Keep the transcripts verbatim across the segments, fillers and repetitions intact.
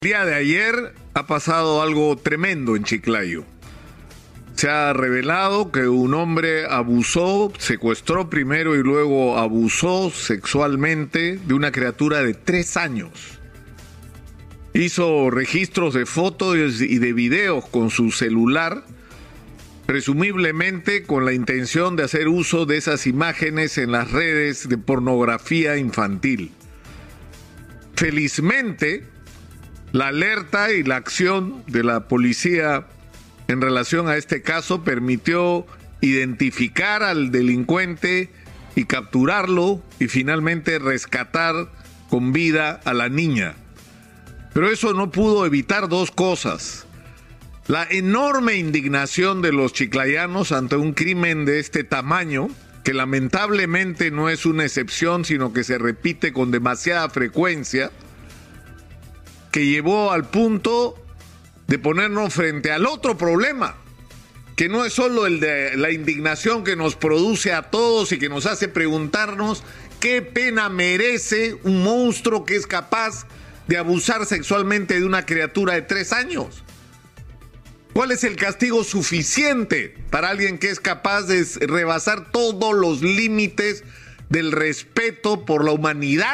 El día de ayer ha pasado algo tremendo en Chiclayo. Se ha revelado que un hombre abusó, secuestró primero y luego abusó sexualmente de una criatura de tres años. Hizo registros de fotos y de videos con su celular, presumiblemente con la intención de hacer uso de esas imágenes en las redes de pornografía infantil. Felizmente, la alerta y la acción de la policía en relación a este caso permitió identificar al delincuente y capturarlo y finalmente rescatar con vida a la niña. Pero eso no pudo evitar dos cosas: la enorme indignación de los chiclayanos ante un crimen de este tamaño, que lamentablemente no es una excepción, sino que se repite con demasiada frecuencia, que llevó al punto de ponernos frente al otro problema, que no es solo el de la indignación que nos produce a todos y que nos hace preguntarnos qué pena merece un monstruo que es capaz de abusar sexualmente de una criatura de tres años. ¿Cuál es el castigo suficiente para alguien que es capaz de rebasar todos los límites del respeto por la humanidad,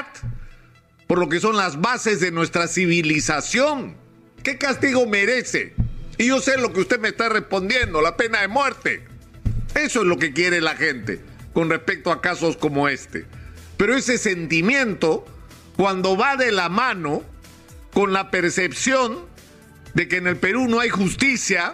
por lo que son las bases de nuestra civilización? ¿Qué castigo merece? Y yo sé lo que usted me está respondiendo: la pena de muerte. Eso es lo que quiere la gente con respecto a casos como este. Pero ese sentimiento, cuando va de la mano con la percepción de que en el Perú no hay justicia,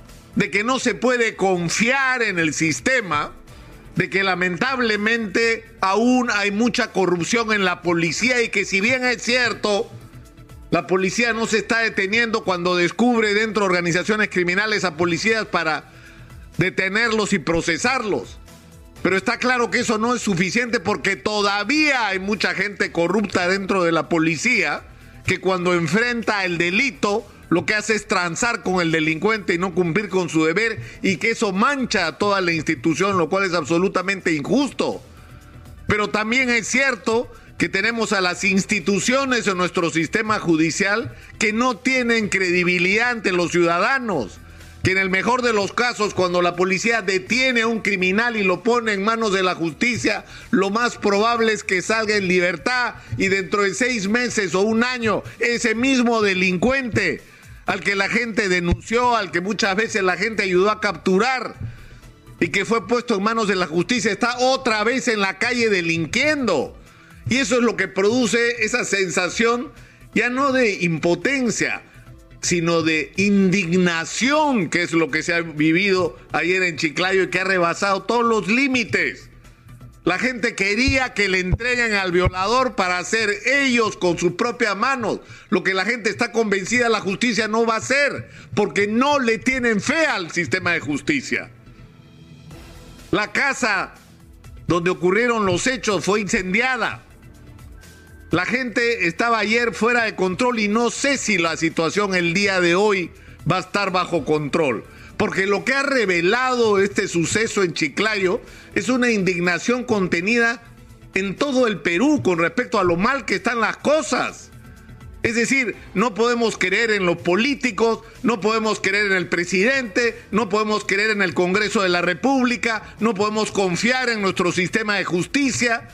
de que no se puede confiar en el sistema, de que lamentablemente aún hay mucha corrupción en la policía y que, si bien es cierto, la policía no se está deteniendo cuando descubre dentro de organizaciones criminales a policías para detenerlos y procesarlos, pero está claro que eso no es suficiente, porque todavía hay mucha gente corrupta dentro de la policía que, cuando enfrenta el delito, lo que hace es transar con el delincuente y no cumplir con su deber, y que eso mancha a toda la institución, lo cual es absolutamente injusto. Pero también es cierto que tenemos a las instituciones en nuestro sistema judicial que no tienen credibilidad ante los ciudadanos, que en el mejor de los casos, cuando la policía detiene a un criminal y lo pone en manos de la justicia, lo más probable es que salga en libertad, y dentro de seis meses o un año ese mismo delincuente al que la gente denunció, al que muchas veces la gente ayudó a capturar y que fue puesto en manos de la justicia, está otra vez en la calle delinquiendo. Y eso es lo que produce esa sensación, ya no de impotencia, sino de indignación, que es lo que se ha vivido ayer en Chiclayo y que ha rebasado todos los límites. La gente quería que le entreguen al violador para hacer ellos con sus propias manos lo que la gente está convencida la justicia no va a hacer, porque no le tienen fe al sistema de justicia. La casa donde ocurrieron los hechos fue incendiada. La gente estaba ayer fuera de control y no sé si la situación el día de hoy va a estar bajo control, porque lo que ha revelado este suceso en Chiclayo es una indignación contenida en todo el Perú con respecto a lo mal que están las cosas. Es decir, no podemos creer en los políticos, no podemos creer en el presidente, no podemos creer en el Congreso de la República, no podemos confiar en nuestro sistema de justicia.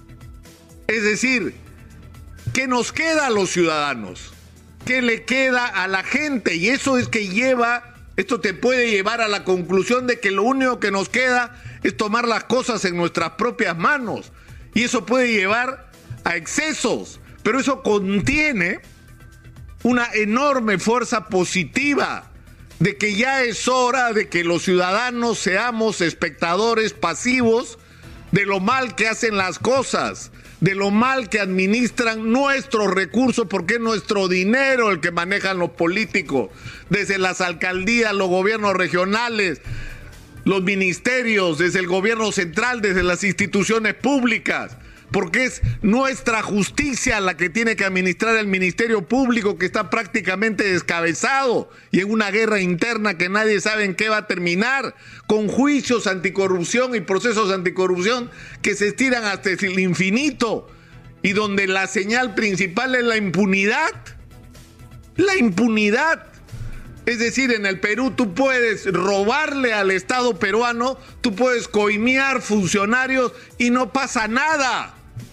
Es decir, ¿qué nos queda a los ciudadanos? ¿Qué le queda a la gente? Y eso es que lleva, esto te puede llevar a la conclusión de que lo único que nos queda es tomar las cosas en nuestras propias manos. Y eso puede llevar a excesos, pero eso contiene una enorme fuerza positiva de que ya es hora de que los ciudadanos seamos espectadores pasivos de lo mal que hacen las cosas, de lo mal que administran nuestros recursos, porque es nuestro dinero el que manejan los políticos, desde las alcaldías, los gobiernos regionales, los ministerios, desde el gobierno central, desde las instituciones públicas, porque es nuestra justicia la que tiene que administrar el Ministerio Público, que está prácticamente descabezado y en una guerra interna que nadie sabe en qué va a terminar, con juicios anticorrupción y procesos anticorrupción que se estiran hasta el infinito, y donde la señal principal es la impunidad. La impunidad. Es decir, en el Perú tú puedes robarle al Estado peruano, tú puedes coimear funcionarios y no pasa nada.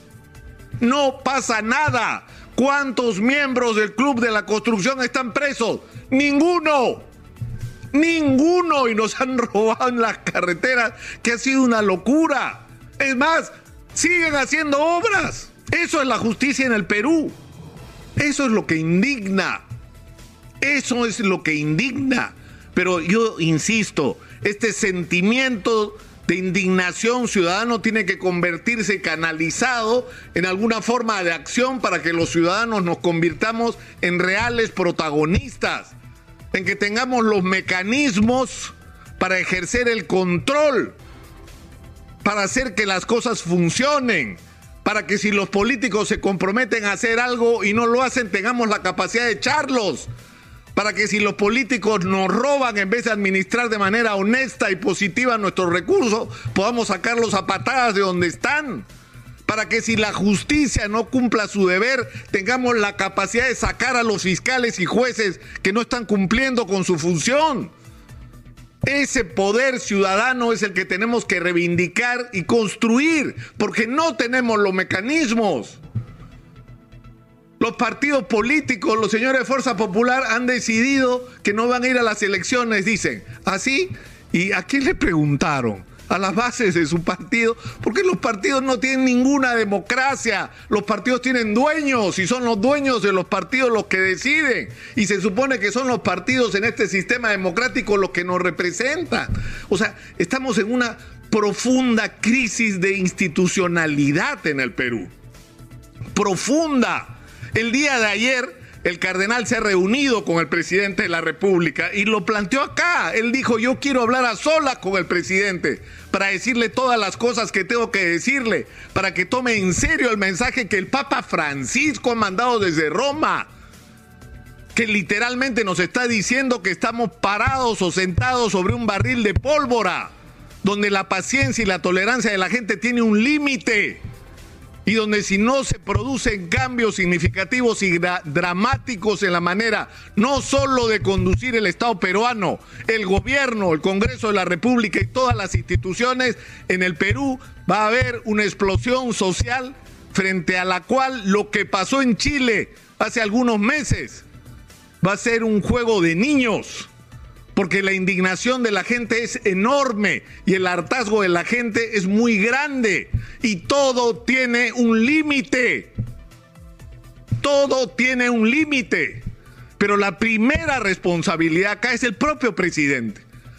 No pasa nada. ¿Cuántos miembros del Club de la Construcción están presos? Ninguno. Ninguno. Y nos han robado en las carreteras, que ha sido una locura. Es más, siguen haciendo obras. Eso es la justicia en el Perú. Eso es lo que indigna. Eso es lo que indigna. Pero yo insisto, este sentimiento de indignación ciudadano tiene que convertirse canalizado en alguna forma de acción para que los ciudadanos nos convirtamos en reales protagonistas, en que tengamos los mecanismos para ejercer el control, para hacer que las cosas funcionen, para que si los políticos se comprometen a hacer algo y no lo hacen, tengamos la capacidad de echarlos. Para que si los políticos nos roban en vez de administrar de manera honesta y positiva nuestros recursos, podamos sacarlos a patadas de donde están. Para que si la justicia no cumpla su deber, tengamos la capacidad de sacar a los fiscales y jueces que no están cumpliendo con su función. Ese poder ciudadano es el que tenemos que reivindicar y construir, porque no tenemos los mecanismos. Los partidos políticos, los señores de Fuerza Popular han decidido que no van a ir a las elecciones, dicen. ¿Así? ¿Y a quién le preguntaron? A las bases de su partido, porque los partidos no tienen ninguna democracia. Los partidos tienen dueños y son los dueños de los partidos los que deciden. Y se supone que son los partidos en este sistema democrático los que nos representan. O sea, estamos en una profunda crisis de institucionalidad en el Perú. Profunda. El día de ayer, el cardenal se ha reunido con el presidente de la República y lo planteó acá. Él dijo, yo quiero hablar a solas con el presidente para decirle todas las cosas que tengo que decirle, para que tome en serio el mensaje que el Papa Francisco ha mandado desde Roma, que literalmente nos está diciendo que estamos parados o sentados sobre un barril de pólvora, donde la paciencia y la tolerancia de la gente tiene un límite. Y donde si no se producen cambios significativos y dra- dramáticos en la manera no solo de conducir el Estado peruano, el gobierno, el Congreso de la República y todas las instituciones, en el Perú va a haber una explosión social frente a la cual lo que pasó en Chile hace algunos meses va a ser un juego de niños. Porque la indignación de la gente es enorme y el hartazgo de la gente es muy grande y todo tiene un límite. Todo tiene un límite. Pero la primera responsabilidad acá es el propio presidente.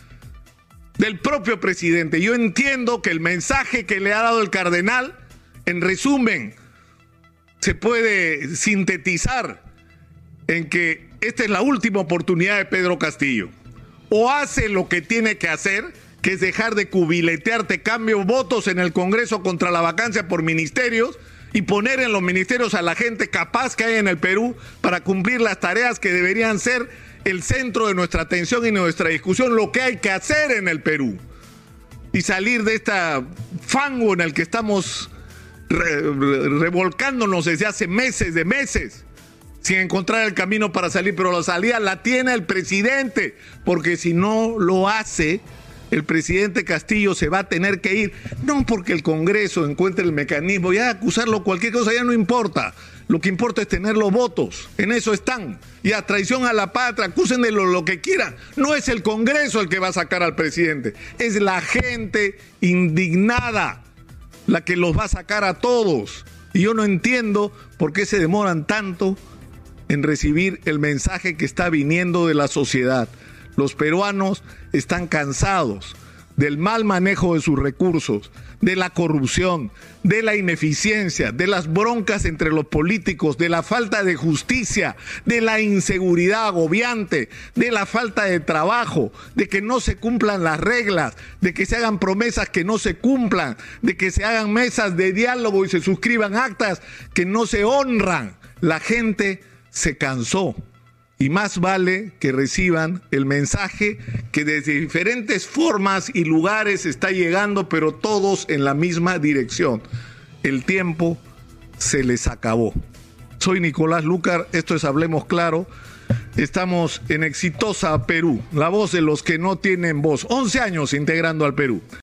Del propio presidente. Yo entiendo que el mensaje que le ha dado el cardenal, en resumen, se puede sintetizar en que esta es la última oportunidad de Pedro Castillo. O hace lo que tiene que hacer, que es dejar de cubiletearte, cambio votos en el Congreso contra la vacancia por ministerios y poner en los ministerios a la gente capaz que hay en el Perú para cumplir las tareas que deberían ser el centro de nuestra atención y nuestra discusión, lo que hay que hacer en el Perú. Y salir de este fango en el que estamos re- re- revolcándonos desde hace meses de meses, sin encontrar el camino para salir, pero la salida la tiene el presidente, porque si no lo hace, el presidente Castillo se va a tener que ir, no porque el Congreso encuentre el mecanismo, ya acusarlo cualquier cosa ya no importa, lo que importa es tener los votos, en eso están, y a traición a la patria, acúsenle lo, lo que quieran, no es el Congreso el que va a sacar al presidente, es la gente indignada la que los va a sacar a todos, y yo no entiendo por qué se demoran tanto en recibir el mensaje que está viniendo de la sociedad. Los peruanos están cansados del mal manejo de sus recursos, de la corrupción, de la ineficiencia, de las broncas entre los políticos, de la falta de justicia, de la inseguridad agobiante, de la falta de trabajo, de que no se cumplan las reglas, de que se hagan promesas que no se cumplan, de que se hagan mesas de diálogo y se suscriban actas que no se honran. La gente se cansó y más vale que reciban el mensaje que desde diferentes formas y lugares está llegando, pero todos en la misma dirección. El tiempo se les acabó. Soy Nicolás Lucar, esto es Hablemos Claro. Estamos en Exitosa Perú, la voz de los que no tienen voz. once años integrando al Perú.